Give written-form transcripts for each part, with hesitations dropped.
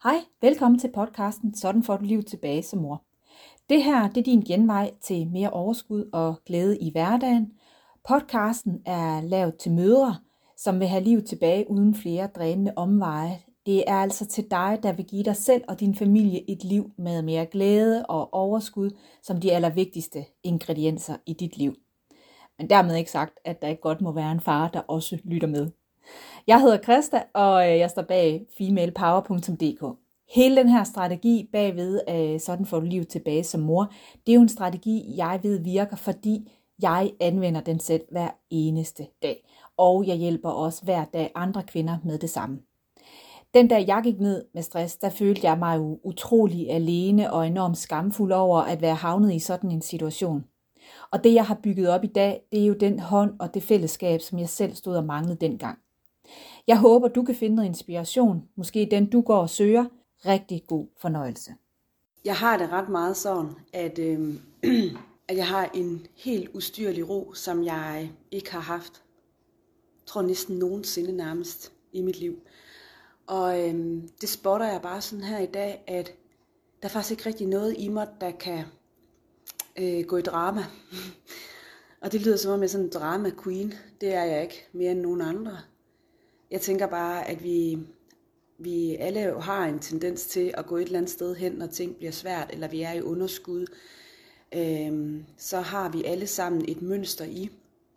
Hej, velkommen til podcasten Sådan får du livet tilbage som mor. Det her det er din genvej til mere overskud og glæde i hverdagen. Podcasten er lavet til mødre, som vil have livet tilbage uden flere drænende omveje. Det er altså til dig, der vil give dig selv og din familie et liv med mere glæde og overskud som de allervigtigste ingredienser i dit liv. Men dermed ikke sagt, at der ikke godt må være en far, der også lytter med. Jeg hedder Christa, og jeg står bag femalepower.dk. Hele den her strategi bagved, sådan får du livet tilbage som mor, det er jo en strategi, jeg ved virker, fordi jeg anvender den selv hver eneste dag. Og jeg hjælper også hver dag andre kvinder med det samme. Den dag jeg gik ned med stress, der følte jeg mig jo utrolig alene og enormt skamfuld over at være havnet i sådan en situation. Og det jeg har bygget op i dag, det er jo den hånd og det fællesskab, som jeg selv stod og manglede dengang. Jeg håber, du kan finde noget inspiration, måske den du går og søger. Rigtig god fornøjelse. Jeg har det ret meget sådan, at jeg har en helt ustyrlig ro, som jeg ikke har haft. Jeg tror næsten nogensinde nærmest i mit liv. Og det spotter jeg bare sådan her i dag, at der er faktisk ikke rigtig noget i mig, der kan gå i drama. Og det lyder som om jeg er sådan en drama queen. Det er jeg ikke mere end nogen andre. Jeg tænker bare, at vi alle har en tendens til at gå et eller andet sted hen, når ting bliver svært, eller vi er i underskud. Så har vi alle sammen et mønster i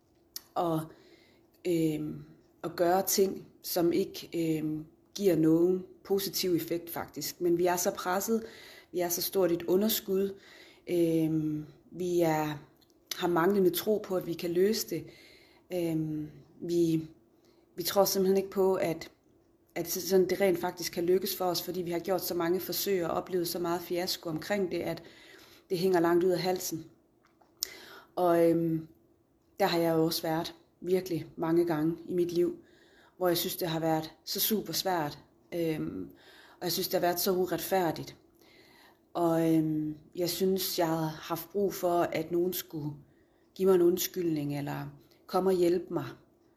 at gøre ting, som ikke giver nogen positiv effekt faktisk. Men vi er så presset, vi er så stort et underskud, vi har manglende tro på, at vi kan løse det. Vi tror simpelthen ikke på, at sådan det rent faktisk kan lykkes for os, fordi vi har gjort så mange forsøg og oplevet så meget fiasko omkring det, at det hænger langt ud af halsen. Og der har jeg jo også været virkelig mange gange i mit liv, hvor jeg synes, det har været så super svært, og jeg synes, det har været så uretfærdigt. Og jeg synes, jeg havde haft brug for, at nogen skulle give mig en undskyldning, eller komme og hjælpe mig.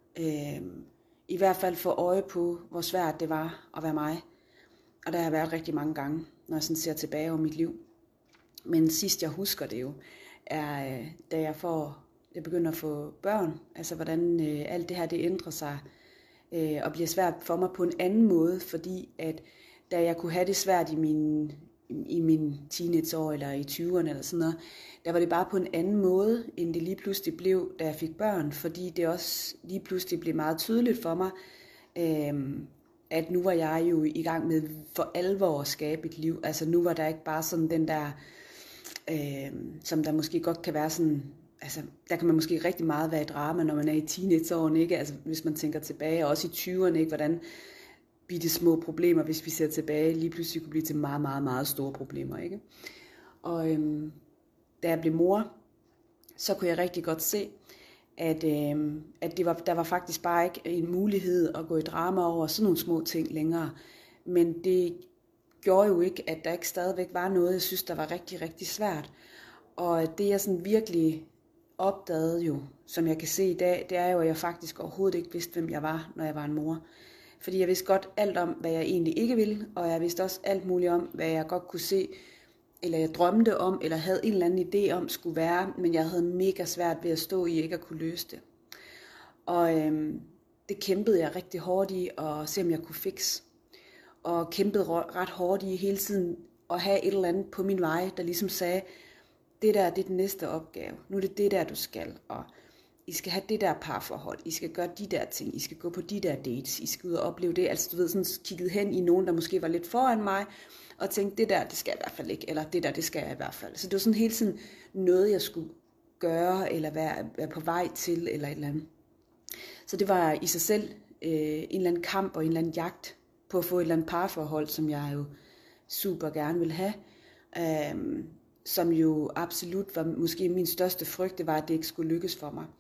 I hvert fald få øje på, hvor svært det var at være mig. Og der har jeg været rigtig mange gange, når jeg sådan ser tilbage over mit liv. Men sidst jeg husker det jo, er da jeg begynder at få børn. Altså hvordan alt det her det ændrer sig og bliver svært for mig på en anden måde. Fordi at da jeg kunne have det svært i mine teenageår eller i 20'erne eller sådan noget, der var det bare på en anden måde, end det lige pludselig blev, da jeg fik børn, fordi det også lige pludselig blev meget tydeligt for mig, at nu var jeg jo i gang med for alvor at skabe et liv. Altså nu var der ikke bare sådan den der, som der måske godt kan være sådan, altså der kan man måske rigtig meget være i drama, når man er i teenageårene, ikke? Altså hvis man tænker tilbage, og også i 20'erne, ikke? Hvordan bitte små problemer, hvis vi ser tilbage, lige pludselig kunne blive til meget, meget, meget store problemer, ikke? Og da jeg blev mor, så kunne jeg rigtig godt se, at der var faktisk bare ikke en mulighed at gå i drama over sådan nogle små ting længere. Men det gjorde jo ikke, at der ikke stadigvæk var noget, jeg synes, der var rigtig, rigtig svært. Og det jeg sådan virkelig opdagede jo, som jeg kan se i dag, det er jo, at jeg faktisk overhovedet ikke vidste, hvem jeg var, når jeg var en mor. Fordi jeg vidste godt alt om, hvad jeg egentlig ikke ville, og jeg vidste også alt muligt om, hvad jeg godt kunne se, eller jeg drømte om, eller havde en eller anden idé om, skulle være, men jeg havde mega svært ved at stå i ikke at kunne løse det. Og det kæmpede jeg rigtig hårdt i, og se om jeg kunne fikse. Og kæmpede ret hårdt i hele tiden, at have et eller andet på min vej, der ligesom sagde, det der, det er den næste opgave, nu er det det der, du skal, og I skal have det der parforhold, I skal gøre de der ting, I skal gå på de der dates, I skal ud og opleve det. Altså du ved, sådan kigget hen i nogen, der måske var lidt foran mig, og tænkte, det der, det skal jeg i hvert fald ikke, eller det der, det skal jeg i hvert fald. Så det var sådan hele tiden noget, jeg skulle gøre, eller være på vej til, eller et eller andet. Så det var i sig selv en eller anden kamp og en eller anden jagt på at få et eller andet parforhold, som jeg jo super gerne ville have. Som jo absolut var måske min største frygt, det var, at det ikke skulle lykkes for mig.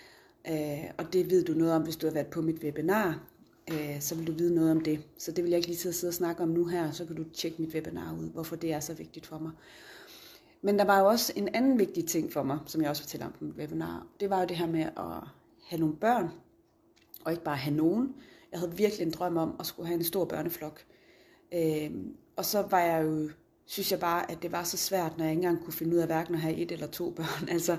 Og det ved du noget om, hvis du har været på mit webinar, så vil du vide noget om det. Så det vil jeg ikke lige sidde og snakke om nu her, så kan du tjekke mit webinar ud, hvorfor det er så vigtigt for mig. Men der var jo også en anden vigtig ting for mig, som jeg også fortæller om på mit webinar. Det var jo det her med at have nogle børn, og ikke bare have nogen. Jeg havde virkelig en drøm om at skulle have en stor børneflok. Og så var jeg jo, synes jeg bare, at det var så svært, når jeg ikke engang kunne finde ud af hverken at have 1 eller 2 børn. Altså,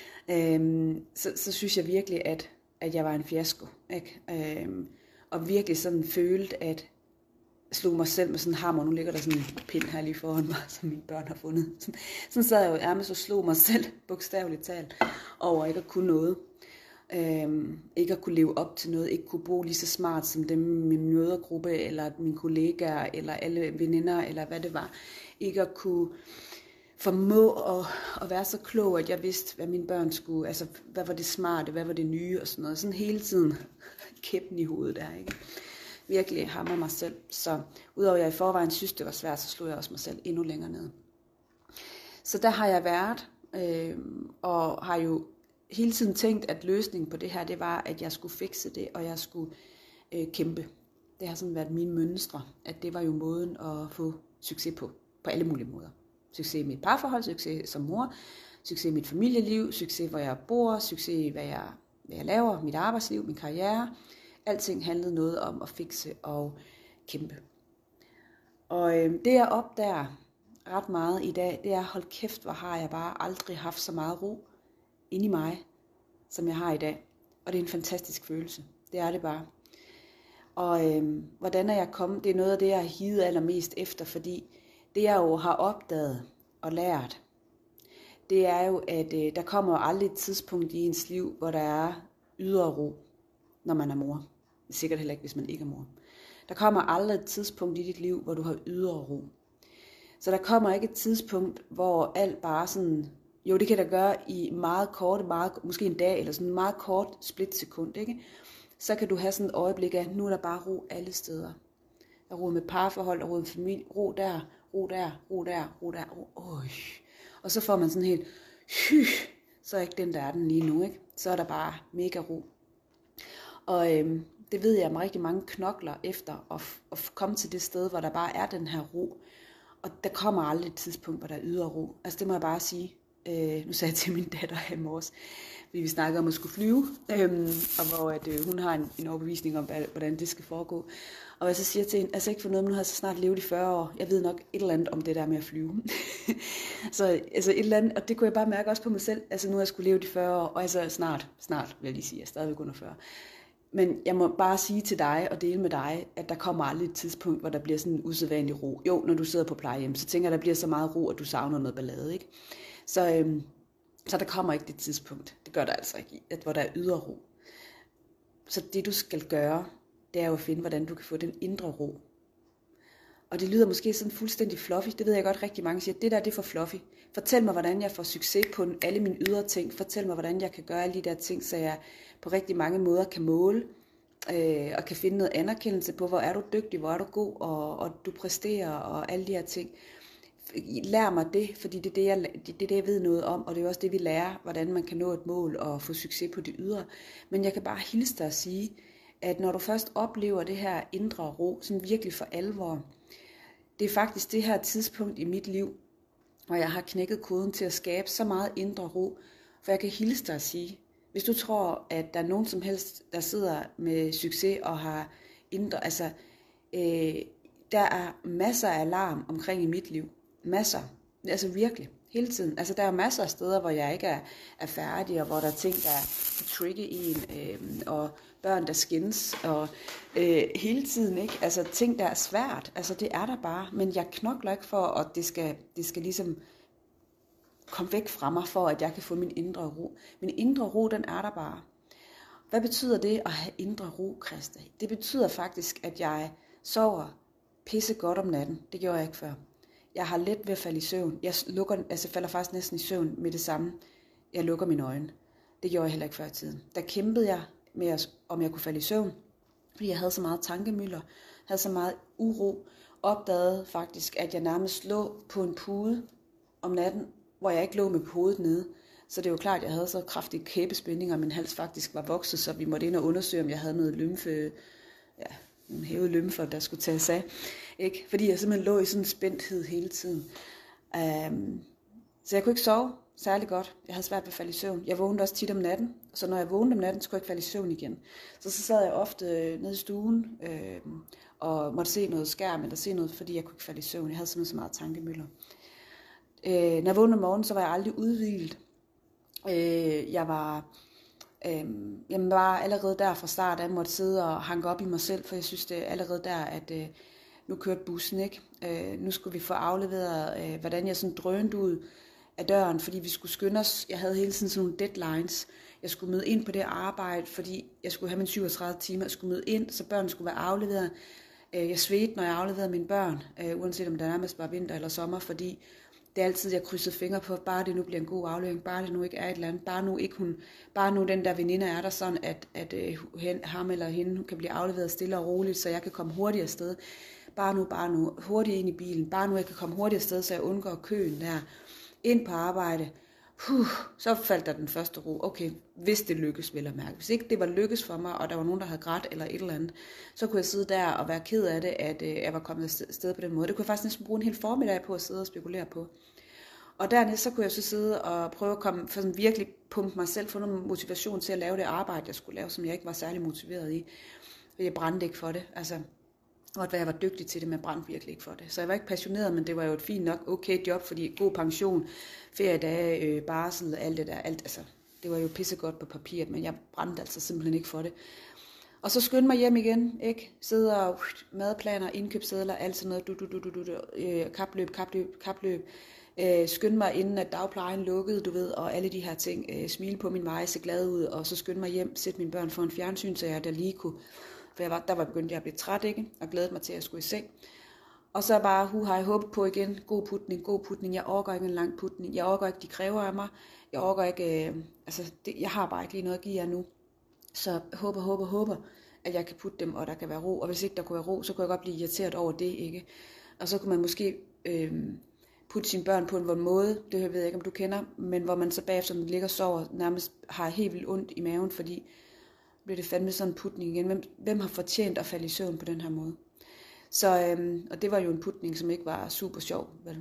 så synes jeg virkelig, at jeg var en fiasko. Ikke? Og virkelig sådan følte, at slog mig selv med sådan en hammer. Nu ligger der sådan en pind her lige foran mig, som mine børn har fundet. Sådan sad jeg jo ærmest og slog mig selv, bogstaveligt talt, over ikke at kunne noget. Ikke at kunne leve op til noget, ikke kunne bo lige så smart som dem i min mødergruppe, eller mine kollegaer, eller alle veninder, eller hvad det var. Ikke at kunne formå at være så klog, at jeg vidste, hvad mine børn skulle, altså hvad var det smarte, hvad var det nye, og sådan noget. Sådan hele tiden kæppen i hovedet der, ikke? Virkelig hammer mig selv. Så udover at jeg i forvejen synes, det var svært, så slog jeg også mig selv endnu længere ned. Så der har jeg været, og har jo hele tiden tænkt, at løsningen på det her, det var, at jeg skulle fikse det, og jeg skulle kæmpe. Det har sådan været mine mønstre, at det var jo måden at få succes på alle mulige måder. Succes i mit parforhold, succes som mor, succes i mit familieliv, succes hvor jeg bor, succes i hvad jeg laver, mit arbejdsliv, min karriere. Alting handlede noget om at fikse og kæmpe. Og det jeg opdager ret meget i dag, det er, hold kæft, hvor har jeg bare aldrig haft så meget ro inde i mig, som jeg har i dag. Og det er en fantastisk følelse. Det er det bare. Og hvordan er jeg kommet? Det er noget af det, jeg har higet allermest efter, fordi det jeg jo har opdaget og lært, det er jo, at der kommer aldrig et tidspunkt i ens liv, hvor der er ydre ro, når man er mor. Sikkert heller ikke, hvis man ikke er mor. Der kommer aldrig et tidspunkt i dit liv, hvor du har ydre ro. Så der kommer ikke et tidspunkt, hvor alt bare sådan, jo det kan der gøre i meget kort, måske en dag, eller sådan en meget kort splitsekund, ikke? Så kan du have sådan et øjeblik af, nu er der bare ro alle steder. Der er ro med parforhold, der er ro med familie, ro der, ro der, ro der, ro der, ro. Og så får man sådan helt, så er ikke den, der er den lige nu, ikke? Så er der bare mega ro. Og det ved jeg, at rigtig mange knokler efter at komme til det sted, hvor der bare er den her ro. Og der kommer aldrig et tidspunkt, hvor der er ydre ro. Altså det må jeg bare sige. Nu sagde jeg til min datter her i morges, fordi vi snakkede om at skulle flyve, og hvor hun har en overbevisning om, hvordan det skal foregå. Og jeg så siger til hende, altså ikke for noget, men nu har jeg så snart levet i 40 år. Jeg ved nok et eller andet om det der med at flyve. Så altså et eller andet, og det kunne jeg bare mærke også på mig selv. Altså nu har jeg skulle leve i 40 år, og altså snart vil jeg lige sige, jeg er stadigvæk under 40. Men jeg må bare sige til dig og dele med dig, at der kommer aldrig et tidspunkt, hvor der bliver sådan en usædvanlig ro. Jo, når du sidder på plejehjem, så tænker jeg, at der bliver så meget ro, at du savner noget ballade, ikke? Så der kommer ikke det tidspunkt. Det gør der altså ikke, hvor der er ydre ro. Så det du skal gøre, det er jo at finde, hvordan du kan få den indre ro. Og det lyder måske sådan fuldstændig fluffy. Det ved jeg godt, rigtig mange siger, det der det er for fluffy. Fortæl mig, hvordan jeg får succes på alle mine ydre ting. Fortæl mig, hvordan jeg kan gøre alle de der ting, så jeg på rigtig mange måder kan måle. Og kan finde noget anerkendelse på, hvor er du dygtig, hvor er du god, og du præsterer, og alle de her ting. Lær mig det, fordi det er det, jeg ved noget om, og det er også det, vi lærer, hvordan man kan nå et mål og få succes på det ydre. Men jeg kan bare hilse dig og sige, at når du først oplever det her indre ro, sådan virkelig for alvor, det er faktisk det her tidspunkt i mit liv, hvor jeg har knækket koden til at skabe så meget indre ro, for jeg kan hilse dig og sige, hvis du tror, at der er nogen som helst, der sidder med succes og har indre, altså der er masser af alarm omkring i mit liv. Masser. Altså virkelig. Hele tiden. Altså der er masser af steder, hvor jeg ikke er færdig, og hvor der er ting, der kan trigge en, og børn, der skændes, og hele tiden, ikke? Altså ting, der er svært. Altså det er der bare. Men jeg knokler ikke for, at det skal ligesom komme væk fra mig, for at jeg kan få min indre ro. Min indre ro, den er der bare. Hvad betyder det at have indre ro, Christa? Det betyder faktisk, at jeg sover pisse godt om natten. Det gjorde jeg ikke før. Jeg har let ved at falde i søvn. Jeg falder faktisk næsten i søvn med det samme. Jeg lukker mine øjne. Det gjorde jeg heller ikke før i tiden. Der kæmpede jeg med, om jeg kunne falde i søvn. Fordi jeg havde så meget tankemylder. Havde så meget uro. Opdagede faktisk, at jeg nærmest lå på en pude om natten, hvor jeg ikke lå med hovedet nede. Så det er jo klart, at jeg havde så kraftige kæbespændinger, og min hals faktisk var vokset, så vi måtte ind og undersøge, om jeg havde noget lymfe, en hævet lymfer, der skulle tages af. Ikke? Fordi jeg simpelthen lå i sådan en spændthed hele tiden. Så jeg kunne ikke sove. særlig godt. Jeg havde svært ved at falde i søvn. Jeg vågnede også tit om natten, så når jeg vågnede om natten, så kunne jeg ikke falde i søvn igen. Så sad jeg ofte nede i stuen og måtte se noget skærm eller se noget, fordi jeg kunne ikke falde i søvn. Jeg havde simpelthen så meget tankemøller. Når jeg vågnede om morgenen, så var jeg aldrig udhvilet. Jeg var allerede der fra start, at jeg måtte sidde og hanke op i mig selv, for jeg synes det er allerede der, at nu kørte bussen, ikke? Nu skulle vi få afleveret, hvordan jeg sådan drønede ud af døren, fordi vi skulle skynde os. Jeg havde hele tiden sådan nogle deadlines. Jeg skulle møde ind på det arbejde, fordi jeg skulle have mine 37 timer. Jeg skulle møde ind, så børnene skulle være afleveret. Jeg svedte, når jeg afleverede mine børn, uanset om det nærmest var vinter eller sommer, fordi det er altid, jeg krydsede fingre på, bare det nu bliver en god aflevering, bare det nu ikke er et eller andet, bare nu den der veninde er der sådan, at ham eller hende kan blive afleveret stille og roligt, så jeg kan komme hurtigt afsted. Bare nu, hurtigt ind i bilen, bare nu jeg kan komme hurtigt afsted, så jeg undgår køen der, ind på arbejde. Så faldt der den første ro. Okay, hvis det lykkes, vil jeg mærke. Hvis ikke det var lykkes for mig, og der var nogen, der havde grædt eller et eller andet, så kunne jeg sidde der og være ked af det, at jeg var kommet afsted på den måde. Det kunne jeg faktisk næsten bruge en hel formiddag på at sidde og spekulere på. Og dernæst så kunne jeg så sidde og prøve at komme, for sådan virkelig pumpe mig selv, få noget motivation til at lave det arbejde, jeg skulle lave, som jeg ikke var særlig motiveret i. Jeg brændte ikke for det. Altså, og jeg var dygtig til det, men jeg brændte virkelig ikke for det. Så jeg var ikke passioneret, men det var jo et fint nok okay job, fordi god pension, feriedage, barsel, alt det der, altså, det var jo pissegodt på papiret, men jeg brændte altså simpelthen ikke for det. Og så skyndte mig hjem igen, ikke? Sidde og madplaner, indkøbssedler, alt sådan noget, kapløb. Skyndte mig inden at dagplejen lukkede, du ved, og alle de her ting, smile på min vej, se glad ud, og så skyndte mig hjem, sætte mine børn for en fjernsyn, så jeg der lige kunne. For der var begyndt jeg at blive træt, ikke? Og glædede mig til, at jeg skulle i seng. Og så bare, har jeg håbet på igen, god putning, jeg orker ikke en lang putning, jeg orker ikke, de kræver af mig, jeg orker ikke, jeg har bare ikke lige noget at give jer nu. Så håber, at jeg kan putte dem, og der kan være ro, og hvis ikke der kunne være ro, så kunne jeg godt blive irriteret over det, ikke? Og så kunne man måske putte sine børn på en måde, det ved jeg ikke, om du kender, men hvor man så bagefter, når man ligger og sover, nærmest har helt vildt ondt i maven, fordi bliver det fandme sådan en putning igen. Hvem har fortjent at falde i søvn på den her måde? Så, og det var jo en putning, som ikke var super sjov. Vel?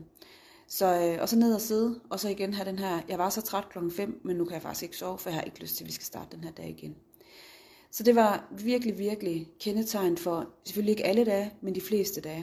Så, og så ned og sidde, og så igen have den her, jeg var så træt 5:00, men nu kan jeg faktisk ikke sove, for jeg har ikke lyst til, at vi skal starte den her dag igen. Så det var virkelig, virkelig kendetegn for, selvfølgelig ikke alle dage, men de fleste dage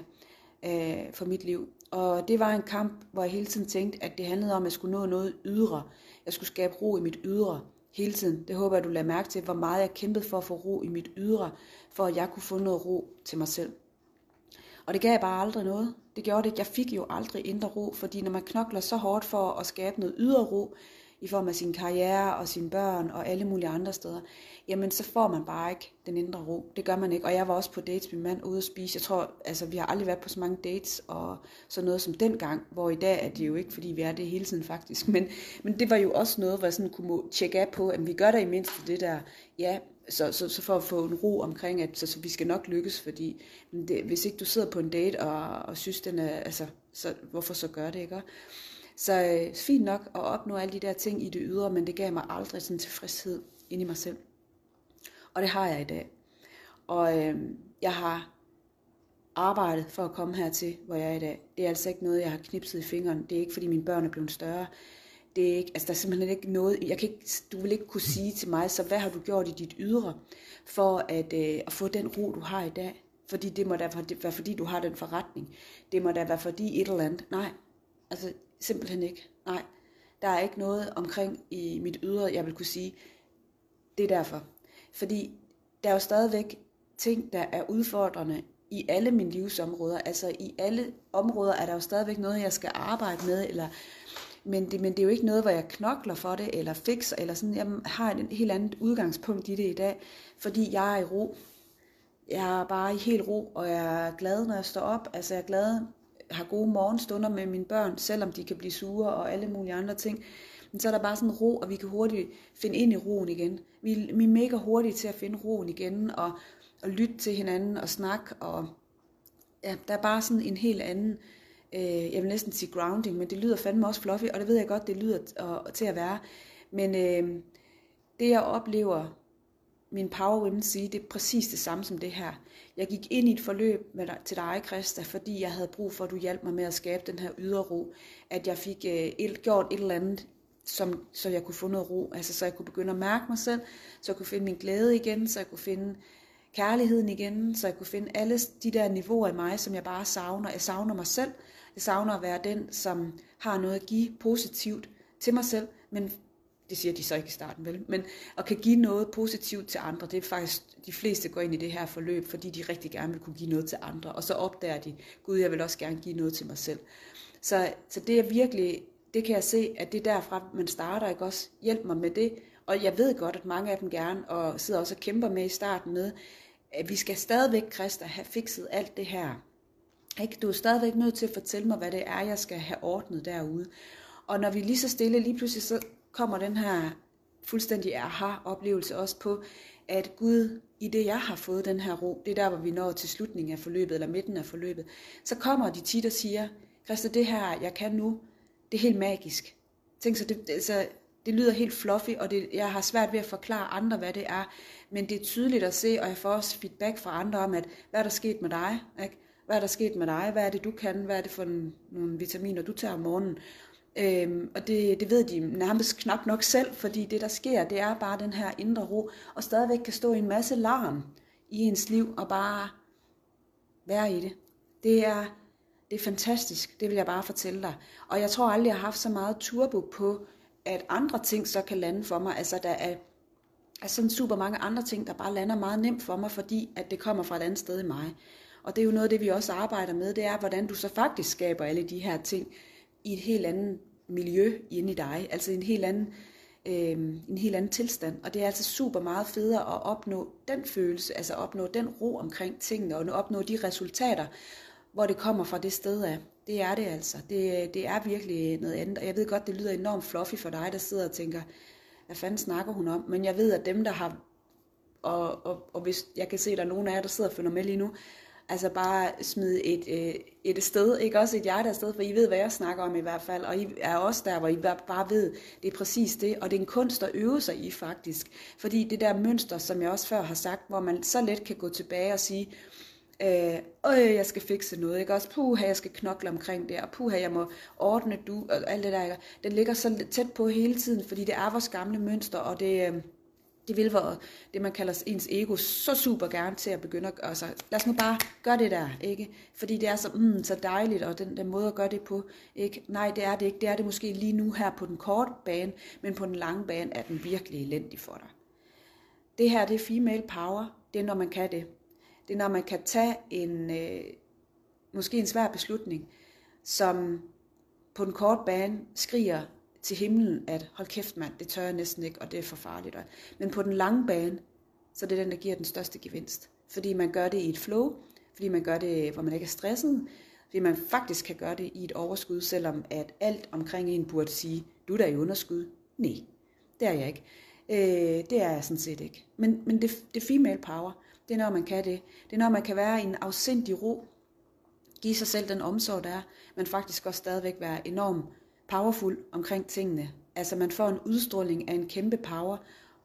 for mit liv. Og det var en kamp, hvor jeg hele tiden tænkte, at det handlede om, at jeg skulle nå noget ydre. Jeg skulle skabe ro i mit ydre hele tiden. Det håber jeg, du lader mærke til, hvor meget jeg kæmpede for at få ro i mit ydre, for at jeg kunne få noget ro til mig selv. Og det gav bare aldrig noget. Det gjorde det ikke. Jeg fik jo aldrig indre ro, fordi når man knokler så hårdt for at skabe noget ydre ro, i form af sin karriere og sine børn og alle mulige andre steder, jamen så får man bare ikke den indre ro. Det gør man ikke. Og jeg var også på dates med min mand ude at spise. Jeg tror, altså vi har aldrig været på så mange dates og sådan noget som dengang, hvor i dag er det jo ikke, fordi vi er det hele tiden faktisk. Men det var jo også noget, hvor jeg sådan kunne tjekke af på, at vi gør der i mindst det der, ja, så for at få en ro omkring, at så vi skal nok lykkes, fordi hvis ikke du sidder på en date og synes den er, altså, så hvorfor så gør det, ikke? Så fint nok at opnå alle de der ting i det ydre, men det gav mig aldrig sådan tilfredshed inde i mig selv. Og det har jeg i dag. Og jeg har arbejdet for at komme hertil, hvor jeg er i dag. Det er altså ikke noget, jeg har knipset i fingrene. Det er ikke, fordi mine børn er blevet større. Det er ikke, altså der er simpelthen ikke noget, du vil ikke kunne sige til mig, så hvad har du gjort i dit ydre, for at få den ro, du har i dag? Fordi det må da være, fordi du har den forretning. Det må da være, fordi et eller andet. Nej, altså simpelthen ikke. Nej, der er ikke noget omkring i mit ydre, jeg vil kunne sige, det er derfor. Fordi der er jo stadigvæk ting, der er udfordrende i alle mine livsområder. Altså i alle områder er der jo stadigvæk noget, jeg skal arbejde med, eller men det er jo ikke noget, hvor jeg knokler for det, eller fikser, eller sådan. Jeg har et helt andet udgangspunkt i det i dag, fordi jeg er i ro. Jeg er bare i helt ro, og jeg er glad, når jeg står op. Altså jeg er glad, har gode morgenstunder med mine børn, selvom de kan blive sure og alle mulige andre ting. Men så er der bare sådan ro, og vi kan hurtigt finde ind i roen igen. Vi er mega hurtige til at finde roen igen, og lytte til hinanden og snakke. Og ja, der er bare sådan en helt anden, jeg vil næsten sige grounding, men det lyder fandme også fluffy, og det ved jeg godt, det lyder til at være. Men det jeg oplever, min power women sige, det er præcis det samme som det her. Jeg gik ind i et forløb til dig, Christa, fordi jeg havde brug for, at du hjalp mig med at skabe den her ydre ro. At jeg fik gjort et eller andet så jeg kunne få noget ro, altså så jeg kunne begynde at mærke mig selv, så jeg kunne finde min glæde igen, så jeg kunne finde kærligheden igen, så jeg kunne finde alle de der niveauer i mig, som jeg bare savner. Jeg savner mig selv, jeg savner at være den, som har noget at give positivt til mig selv, men det siger de så ikke i starten, vel? Men at kan give noget positivt til andre, det er faktisk, de fleste går ind i det her forløb, fordi de rigtig gerne vil kunne give noget til andre, og så opdager de, Gud, jeg vil også gerne give noget til mig selv. Så det er virkelig, det kan jeg se, at det er derfra, man starter, ikke også? Hjælp mig med det, og jeg ved godt, at mange af dem gerne, og sidder også og kæmper med i starten med, at vi skal stadigvæk, Christa, have fikset alt det her. Ikke? Du er stadigvæk nødt til at fortælle mig, hvad det er, jeg skal have ordnet derude. Og når vi lige så stille, lige pludselig så kommer den her fuldstændig aha-oplevelse også på, at Gud, i det jeg har fået den her ro, det er der, hvor vi når til slutningen af forløbet, eller midten af forløbet, så kommer de tit og siger, Christa, det her, jeg kan nu, det er helt magisk. Tænk så, det lyder helt fluffy, og jeg har svært ved at forklare andre, hvad det er, men det er tydeligt at se, og jeg får også feedback fra andre om, at hvad er der sket med dig? Ikke? Hvad er der sket med dig? Hvad er det, du kan? Hvad er det for nogle vitaminer, du tager om morgenen? Og det ved de nærmest knap nok selv, fordi det der sker, det er bare den her indre ro, og stadigvæk kan stå i en masse larm i ens liv, og bare være i det. Det er fantastisk, det vil jeg bare fortælle dig. Og jeg tror aldrig, jeg har haft så meget turbo på, at andre ting så kan lande for mig. Altså der er sådan super mange andre ting, der bare lander meget nemt for mig, fordi at det kommer fra et andet sted i mig. Og det er jo noget af det, vi også arbejder med, det er, hvordan du så faktisk skaber alle de her ting i et helt andet miljø inde i dig. Altså en helt anden tilstand. Og det er altså super meget federe at opnå den følelse, altså opnå den ro omkring tingene, og opnå de resultater, hvor det kommer fra det sted af. Det er det altså. Det er virkelig noget andet. Og jeg ved godt, det lyder enormt fluffy for dig, der sidder og tænker, hvad fanden snakker hun om? Men jeg ved, at dem, der har, og hvis jeg kan se, at der er nogen af jer, der sidder og følger med lige nu, altså bare smide et sted, ikke også et hjerte afsted, for I ved, hvad jeg snakker om i hvert fald, og I er også der, hvor I bare ved, det er præcis det, og det er en kunst at øve sig i faktisk, fordi det der mønster, som jeg også før har sagt, hvor man så let kan gå tilbage og sige, jeg skal fikse noget, ikke også, puha, jeg skal knokle omkring det, og puha, jeg må ordne og alt det der, ikke? Den ligger så tæt på hele tiden, fordi det er vores gamle mønster, og det vil være det, man kalder ens ego, så super gerne til at begynde at gøre sig. Lad os nu bare gøre det der, ikke? Fordi det er så dejligt, og den måde at gøre det på, ikke? Nej, det er det ikke. Det er det måske lige nu her på den korte bane, men på den lange bane er den virkelig elendig for dig. Det her, det er female power. Det er, når man kan det. Det er, når man kan tage måske en svær beslutning, som på den korte bane skriger til himlen, at hold kæft mand, det tør jeg næsten ikke, og det er for farligt. Men på den lange bane, så er det den, der giver den største gevinst. Fordi man gør det i et flow, fordi man gør det, hvor man ikke er stresset, fordi man faktisk kan gøre det i et overskud, selvom at alt omkring en burde sige, du er der i underskud. Nej, det er jeg ikke. Det er jeg sådan set ikke. Men det female power, det er når man kan det. Det er når man kan være i en afsindig ro, give sig selv den omsorg, der er, men faktisk også stadigvæk være enormt powerful omkring tingene. Altså man får en udstråling af en kæmpe power,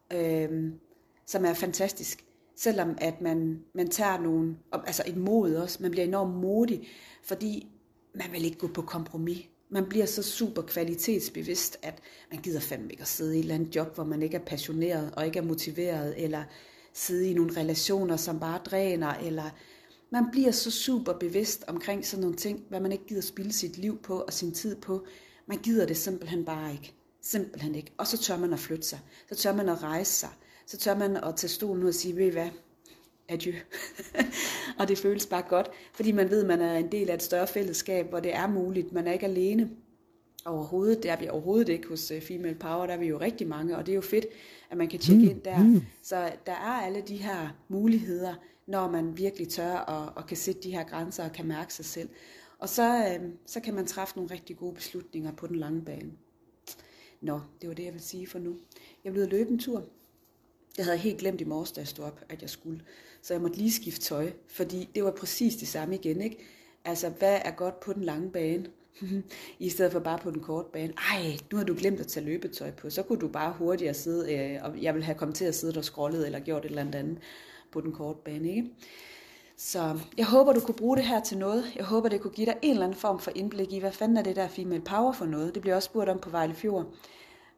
som er fantastisk. Selvom at man tager altså et mod også, man bliver enormt modig, fordi man vil ikke gå på kompromis. Man bliver så super kvalitetsbevidst, at man gider fandme ikke at sidde i et eller andet job, hvor man ikke er passioneret og ikke er motiveret, eller sidde i nogle relationer, som bare dræner, eller man bliver så super bevidst omkring sådan nogle ting, hvad man ikke gider spilde sit liv på og sin tid på. Man gider det simpelthen bare ikke. Simpelthen ikke. Og så tør man at flytte sig. Så tør man at rejse sig. Så tør man at tage stolen ud og sige, ved I hvad? Adieu. Og det føles bare godt, fordi man ved, at man er en del af et større fællesskab, hvor det er muligt. Man er ikke alene overhovedet. Det er vi overhovedet ikke hos Female Power. Der er vi jo rigtig mange, og det er jo fedt, at man kan tjekke ind der. Så der er alle de her muligheder, når man virkelig tør og kan sætte de her grænser og kan mærke sig selv. Og så kan man træffe nogle rigtig gode beslutninger på den lange bane. Nå, det var det, jeg vil sige for nu. Jeg blev ude at løbe en tur. Jeg havde helt glemt i morges, da jeg stod op, at jeg skulle. Så jeg måtte lige skifte tøj, fordi det var præcis det samme igen, ikke? Altså, hvad er godt på den lange bane? I stedet for bare på den korte bane. Ej, nu har du glemt at tage løbetøj på. Så kunne du bare hurtigere sidde, og jeg ville have kommet til at sidde og scrollet, eller gjort et eller andet på den korte bane, ikke? Så jeg håber, du kunne bruge det her til noget. Jeg håber, det kunne give dig en eller anden form for indblik i, hvad fanden er det der Female Power for noget. Det bliver også spurgt om på Vejle Fjord.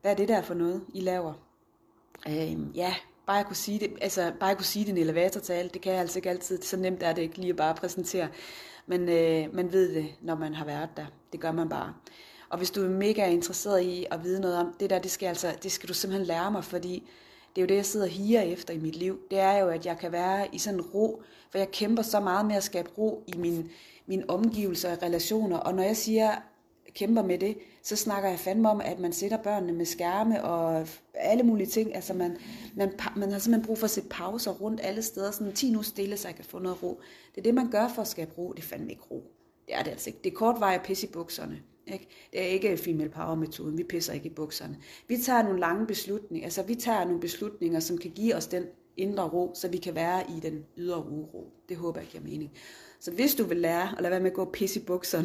hvad er det der for noget, I laver? Bare jeg kunne sige det, bare jeg kunne sige det i en elevatortale, det kan jeg altså ikke altid, så nemt er det ikke lige at bare præsentere, men man ved det, når man har været der, det gør man bare. Og hvis du er mega interesseret i at vide noget om det der, det skal du simpelthen lære mig, fordi det er jo det, jeg sidder og higer efter i mit liv, det er jo, at jeg kan være i sådan en ro, for jeg kæmper så meget med at skabe ro i mine omgivelser og relationer, og når jeg siger, kæmper med det, så snakker jeg fandme om, at man sætter børnene med skærme og alle mulige ting. Altså man har simpelthen brug for at sætte pauser rundt alle steder, sådan 10 nu stille, så jeg kan få noget ro. Det er det, man gør for at skabe ro. Det er fandme ikke ro. Det er det altså ikke. Det er kortvarigt at pisse i bukserne. Ikke? Det er ikke female power metoden. Vi pisser ikke i bukserne. Vi tager nogle lange beslutninger. Altså vi tager nogle beslutninger, som kan give os den indre ro, så vi kan være i den ydre uro. Det håber jeg giver mening. Så hvis du vil lære at lade være med at gå og pisse i bukserne,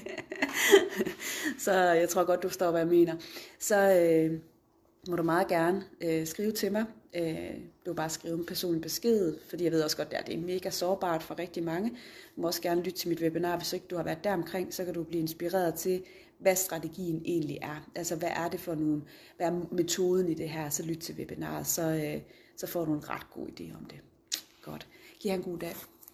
så jeg tror godt, du forstår, hvad jeg mener, så må du meget gerne skrive til mig. Du vil bare skrive en personlig besked, fordi jeg ved også godt, at det er mega sårbart for rigtig mange. Du må også gerne lytte til mit webinar, hvis ikke du har været der omkring, så kan du blive inspireret til, hvad strategien egentlig er. Altså, hvad er det for nogle, hvad er metoden i det her, så lyt til webinaret, så får du en ret god idé om det. Godt. Giv jer en god dag.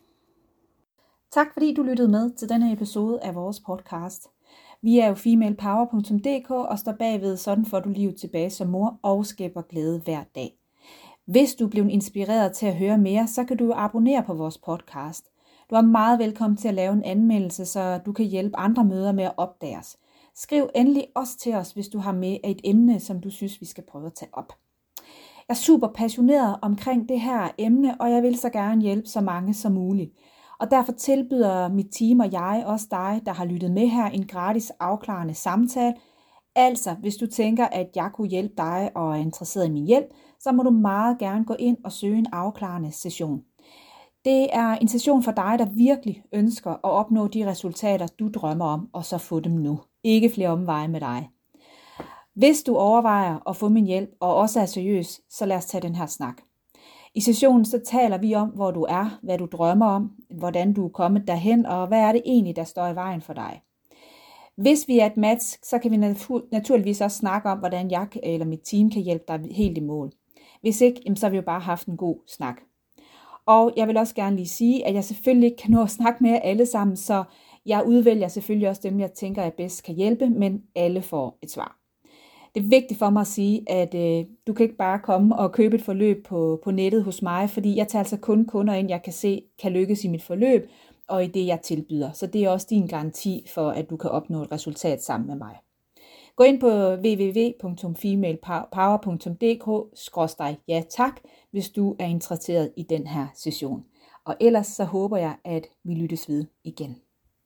Tak fordi du lyttede med til denne episode af vores podcast. Vi er jo femalepower.dk og står bagved Sådan får du livet tilbage som mor og skaber glæde hver dag. Hvis du blev inspireret til at høre mere, så kan du abonnere på vores podcast. Du er meget velkommen til at lave en anmeldelse, så du kan hjælpe andre mødre med at opdage os. Skriv endelig også til os, hvis du har med et emne, som du synes, vi skal prøve at tage op. Jeg er super passioneret omkring det her emne, og jeg vil så gerne hjælpe så mange som muligt. Og derfor tilbyder mit team og jeg også dig, der har lyttet med her, en gratis afklarende samtale. Altså, hvis du tænker, at jeg kunne hjælpe dig og er interesseret i min hjælp, så må du meget gerne gå ind og søge en afklarende session. Det er en session for dig, der virkelig ønsker at opnå de resultater, du drømmer om, og så få dem nu. Ikke flere omveje med dig. Hvis du overvejer at få min hjælp og også er seriøs, så lad os tage den her snak. I sessionen så taler vi om, hvor du er, hvad du drømmer om, hvordan du er kommet derhen, og hvad er det egentlig, der står i vejen for dig. Hvis vi er et match, så kan vi naturligvis også snakke om, hvordan jeg eller mit team kan hjælpe dig helt i mål. Hvis ikke, så har vi jo bare haft en god snak. Og jeg vil også gerne lige sige, at jeg selvfølgelig ikke kan nå at snakke med jer alle sammen, så jeg udvælger selvfølgelig også dem, jeg tænker, jeg bedst kan hjælpe, men alle får et svar. Det er vigtigt for mig at sige, at du kan ikke bare komme og købe et forløb på nettet hos mig, fordi jeg tager altså kun kunder ind, jeg kan se kan lykkes i mit forløb, og i det, jeg tilbyder. Så det er også din garanti for, at du kan opnå et resultat sammen med mig. Gå ind på www.femalepower.dk/ja tak, hvis du er interesseret i den her session. Og ellers så håber jeg, at vi lyttes ved igen.